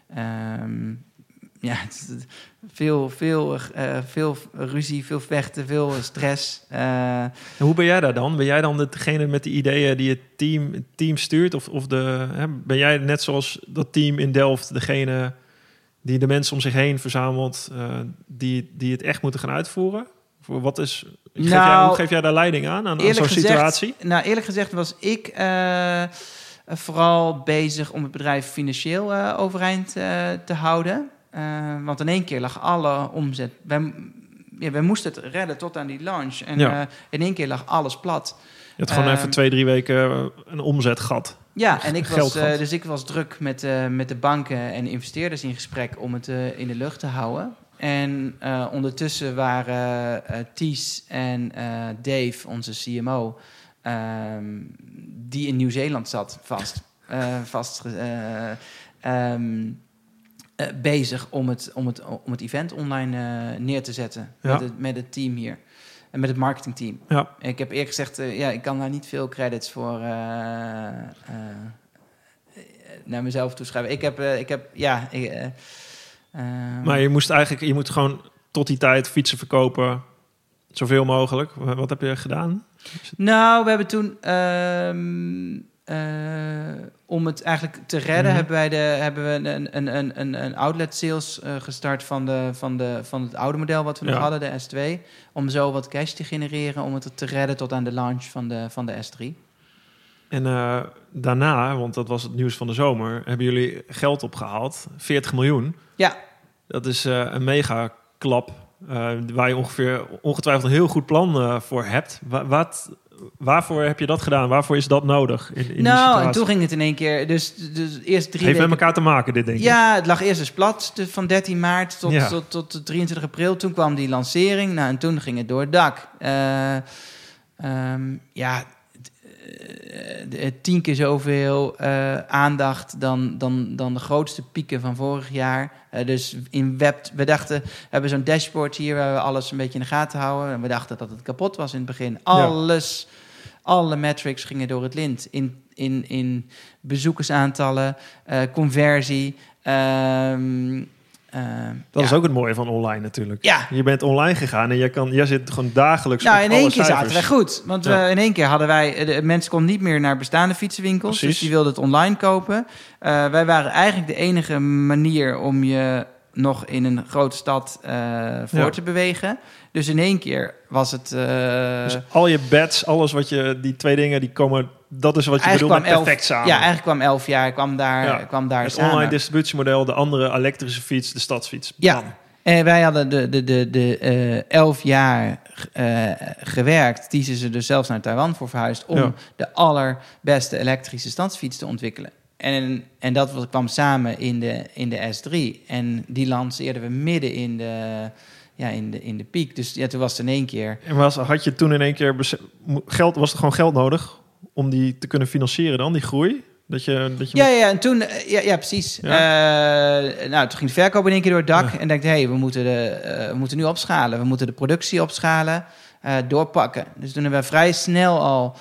Veel ruzie, veel vechten, veel stress. En hoe ben jij daar dan? Ben jij dan degene met de ideeën die het team stuurt? Of ben jij net zoals dat team in Delft degene die de mensen om zich heen verzamelt... die het echt moeten gaan uitvoeren? Hoe geef jij daar leiding aan zo'n situatie? Nou, eerlijk gezegd was ik vooral bezig om het bedrijf financieel overeind te houden. Want in één keer lag alle omzet... Wij moesten het redden tot aan die launch. En in één keer lag alles plat. Je had gewoon even 2-3 weken een omzetgat. Ja, en ik was druk met de banken en investeerders in gesprek... om het in de lucht te houden. En ondertussen waren Ties en Dave, onze CMO... die in Nieuw-Zeeland zat, bezig om het event online neer te zetten. Ja. Met het team hier. En met het marketingteam. Ja. Ik heb eerlijk gezegd, ik kan daar niet veel credits voor naar mezelf toeschrijven. Maar je moet gewoon tot die tijd fietsen verkopen, zoveel mogelijk. Wat heb je gedaan? Nou, we hebben toen om het eigenlijk te redden, hebben we een outlet sales gestart van het oude model wat we nog hadden, de S2, om zo wat cash te genereren om het te redden tot aan de launch van de S3. En daarna, want dat was het nieuws van de zomer, hebben jullie geld opgehaald, 40 miljoen. Ja. Dat is een mega klap, waar je ongetwijfeld een heel goed plan voor hebt. Waarvoor heb je dat gedaan? Waarvoor is dat nodig in die situatie? En toen ging het in één keer... Dus eerst 3 weken... Heeft met elkaar te maken, dit denk ik. Ja, het lag eerst dus plat van 13 maart tot 23 april. Toen kwam die lancering. En toen ging het door het dak. 10 keer zoveel aandacht dan de grootste pieken van vorig jaar. Dus we dachten, we hebben zo'n dashboard hier waar we alles een beetje in de gaten houden. En we dachten dat het kapot was in het begin. Alle metrics gingen door het lint. In bezoekersaantallen, conversie. Dat is ook het mooie van online natuurlijk. Ja. Je bent online gegaan en jij zit gewoon dagelijks op in alle één keer cijfers. zaten wij goed. Want in één keer hadden wij... De mensen konden niet meer naar bestaande fietsenwinkels. Precies. Dus die wilden het online kopen. Wij waren eigenlijk de enige manier om je nog in een grote stad voor te bewegen. Dus in één keer was het... dus al je bets, alles wat je... Die 2 dingen, die komen... Dat is wat je bedoelt met perfect samen. Ja, eigenlijk kwam 11 jaar, kwam daar het samen. online distributiemodel, de andere elektrische fiets, de stadsfiets. Ja, en wij hadden de 11 jaar gewerkt. Die ze dus zelfs naar Taiwan voor verhuisd... om de allerbeste elektrische stadsfiets te ontwikkelen. En dat kwam samen in de S3. En die lanceerden we midden in de piek. Dus toen was het in één keer... En had je toen in één keer... was er gewoon geld nodig om die te kunnen financieren dan, die groei? En toen... Ja, precies. Ja. Toen ging de verkoop in één keer door het dak. En dacht, we moeten nu opschalen. We moeten de productie opschalen, doorpakken. Dus toen hebben we vrij snel al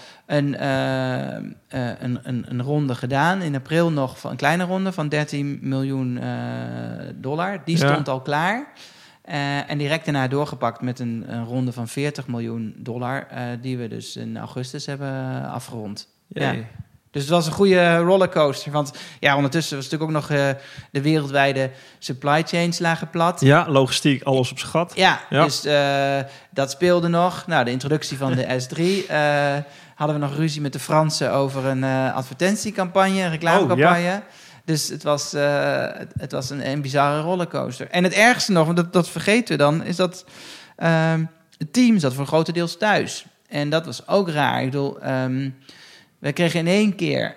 een ronde gedaan. In april nog een kleine ronde van $13 miljoen. Die stond al klaar. En direct daarna doorgepakt met een ronde van $40 miljoen... die we dus in augustus hebben afgerond. Ja. Dus het was een goede rollercoaster. Want ondertussen was natuurlijk ook nog de wereldwijde supply chains lagen plat. Ja, logistiek, alles op schat. Ja. Dus dat speelde nog. Nou, de introductie van de S3... hadden we nog ruzie met de Fransen over een advertentiecampagne, een reclamecampagne. Oh, ja. Dus het was een bizarre rollercoaster. En het ergste nog, want dat vergeten we dan... is dat het team zat voor een grotendeels thuis. En dat was ook raar. Ik bedoel... wij kregen in één keer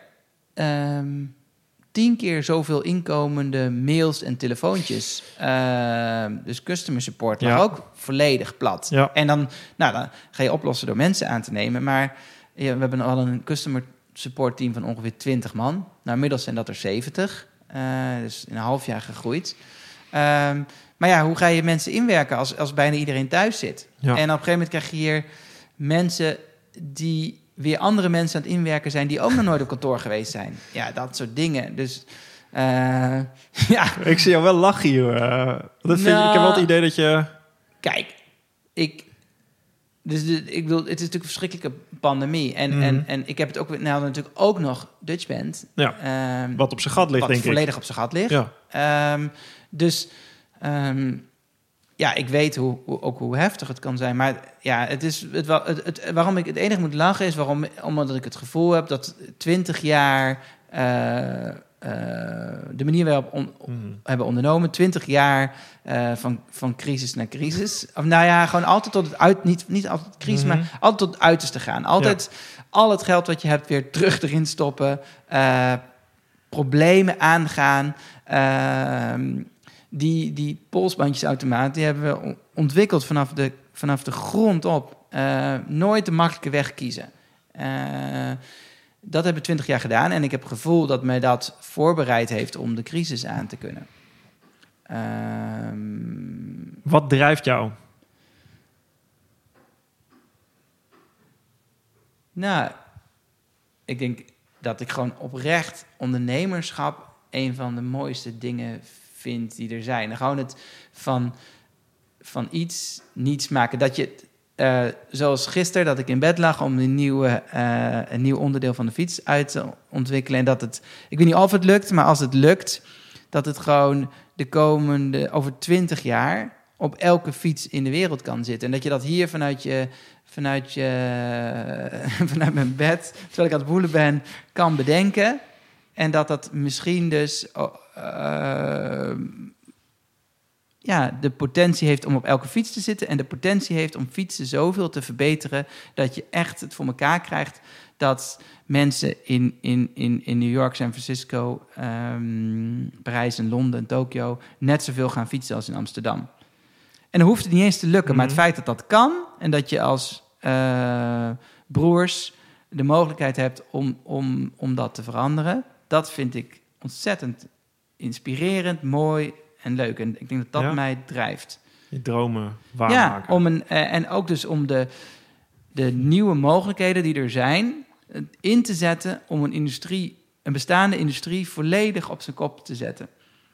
10 keer zoveel inkomende mails en telefoontjes. Dus customer support lag ook volledig plat. Ja. En dan ga je oplossen door mensen aan te nemen. Maar we hebben al een customer support team van ongeveer 20 man. Nou, inmiddels zijn dat er 70. Dus in een half jaar gegroeid. Maar hoe ga je mensen inwerken als bijna iedereen thuis zit? Ja. En op een gegeven moment krijg je hier mensen die... weer andere mensen aan het inwerken zijn... die ook nog nooit op kantoor geweest zijn. Ja, dat soort dingen. Dus, Ik zie jou wel lachen hier. Ik heb wel het idee dat je... Kijk, ik bedoel, het is natuurlijk een verschrikkelijke pandemie. En ik heb het ook... natuurlijk ook nog Dutch Band. Ja, wat op zijn gat ligt, denk ik. Wat volledig op zijn gat ligt. Ja. Ik weet hoe heftig het kan zijn. Maar het is waarom ik het enige moet lachen is omdat ik het gevoel heb dat 20 jaar de manier waarop hebben ondernomen, 20 jaar van crisis naar crisis. Of gewoon altijd tot het niet altijd crisis, maar altijd tot het uiterste gaan. Altijd al het geld wat je hebt weer terug erin stoppen, problemen aangaan. Die polsbandjesautomaat, die hebben we ontwikkeld vanaf de grond op. Nooit de makkelijke weg kiezen. Dat hebben we 20 jaar gedaan. En ik heb het gevoel dat mij dat voorbereid heeft om de crisis aan te kunnen. Wat drijft jou? Nou, ik denk dat ik gewoon oprecht ondernemerschap een van de mooiste dingen vind die er zijn. En gewoon het van iets niets maken. Dat je, zoals gisteren, dat ik in bed lag om een nieuw onderdeel van de fiets uit te ontwikkelen. En dat het, ik weet niet of het lukt, maar als het lukt, dat het gewoon de komende, over 20 jaar op elke fiets in de wereld kan zitten. En dat je dat hier vanuit mijn bed, terwijl ik aan het woelen ben, kan bedenken. En dat misschien dus de potentie heeft om op elke fiets te zitten. En de potentie heeft om fietsen zoveel te verbeteren dat je echt het voor elkaar krijgt dat mensen in New York, San Francisco, Parijs en Londen en Tokio net zoveel gaan fietsen als in Amsterdam. En dan hoeft het niet eens te lukken. Maar het feit dat dat kan en dat je als broers de mogelijkheid hebt om dat te veranderen, dat vind ik ontzettend inspirerend, mooi en leuk. En ik denk dat mij drijft. Je dromen waarmaken. En ook dus om de nieuwe mogelijkheden die er zijn in te zetten om een bestaande industrie volledig op zijn kop te zetten.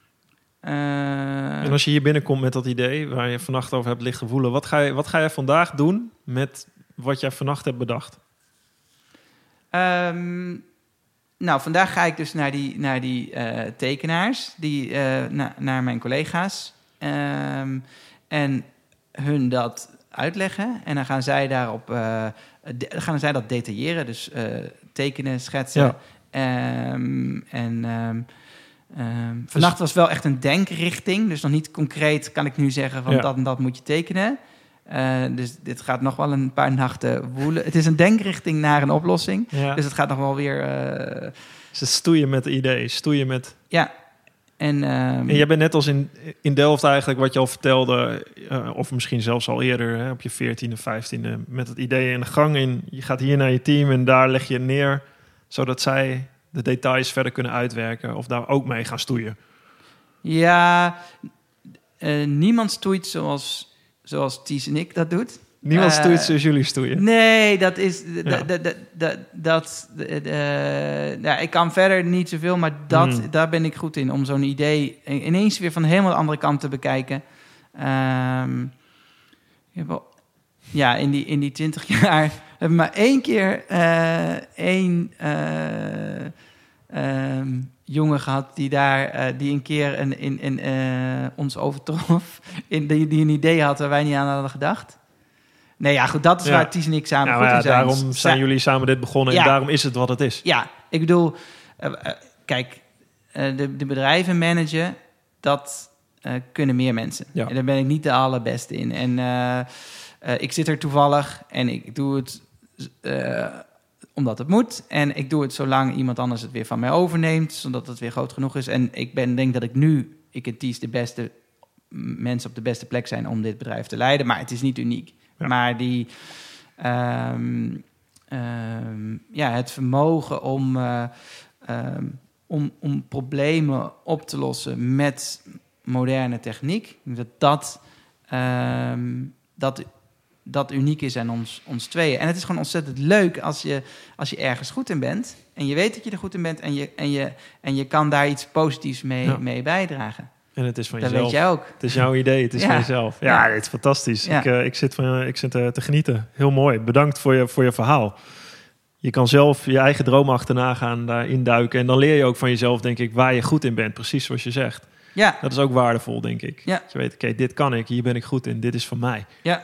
En als je hier binnenkomt met dat idee waar je vannacht over hebt liggen voelen, wat ga je vandaag doen met wat jij vannacht hebt bedacht? Nou, vandaag ga ik dus naar die tekenaars, naar mijn collega's. En hun dat uitleggen. En dan gaan zij dat detailleren. Dus tekenen, schetsen. Ja. Vannacht was wel echt een denkrichting. Dus nog niet concreet kan ik nu zeggen van dat en dat moet je tekenen. Dus dit gaat nog wel een paar nachten woelen. Het is een denkrichting naar een oplossing. Ja. Dus het gaat nog wel weer... Ze stoeien met ideeën, stoeien met... Ja. En jij bent net als in Delft eigenlijk, wat je al vertelde... of misschien zelfs al eerder, op je 14e, 15e... met het idee in de gang in. Je gaat hier naar je team en daar leg je het neer... zodat zij de details verder kunnen uitwerken... of daar ook mee gaan stoeien. Ja, niemand stoeit zoals Ties en ik dat doet. Niemand stoeit zoals jullie stoeien. Nee, dat is... ik kan verder niet zoveel, maar daar ben ik goed in. Om zo'n idee ineens weer van de helemaal andere kant te bekijken. In die 20 jaar hebben we maar 1 keer jongen gehad die een keer ons overtrof. Die een idee had waar wij niet aan hadden gedacht. Nee, ja, goed, dat is waar Ties en ik samen goed in zijn. Daarom zijn jullie samen dit begonnen en daarom is het wat het is. Ja, ik bedoel, kijk, de bedrijven managen, dat kunnen meer mensen. Ja. En daar ben ik niet de allerbeste in. En ik zit er toevallig en ik doe het omdat het moet. En ik doe het zolang iemand anders het weer van mij overneemt, zodat het weer groot genoeg is. En ik denk dat ik en Ties de beste mensen op de beste plek zijn om dit bedrijf te leiden. Maar het is niet uniek. Ja. Maar het vermogen om problemen op te lossen met moderne techniek, dat uniek is aan ons tweeën. En het is gewoon ontzettend leuk als je ergens goed in bent en je weet dat je er goed in bent en je kan daar iets positiefs mee bijdragen. En het is van dat jezelf. Dat weet jij ook. Het is jouw idee, het is van jezelf. Ja, het is fantastisch. Ja. Ik zit te genieten. Heel mooi. Bedankt voor je verhaal. Je kan zelf je eigen droom achterna gaan, daarin duiken. En dan leer je ook van jezelf, denk ik, waar je goed in bent. Precies zoals je zegt. Ja. Dat is ook waardevol, denk ik. Ja. Dat je weet, oké, dit kan ik, hier ben ik goed in. Dit is van mij. Ja.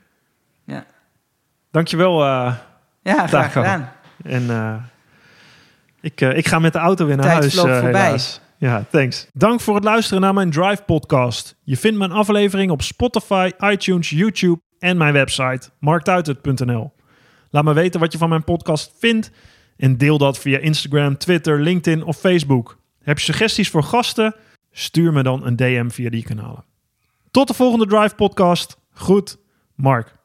Dankjewel, graag gedaan. En ik ga met de auto weer naar huis. Tijd vloog voorbij. Helaas. Ja, thanks. Dank voor het luisteren naar mijn Drive podcast. Je vindt mijn aflevering op Spotify, iTunes, YouTube en mijn website marktuitert.nl. Laat me weten wat je van mijn podcast vindt en deel dat via Instagram, Twitter, LinkedIn of Facebook. Heb je suggesties voor gasten? Stuur me dan een DM via die kanalen. Tot de volgende Drive podcast. Groet, Mark.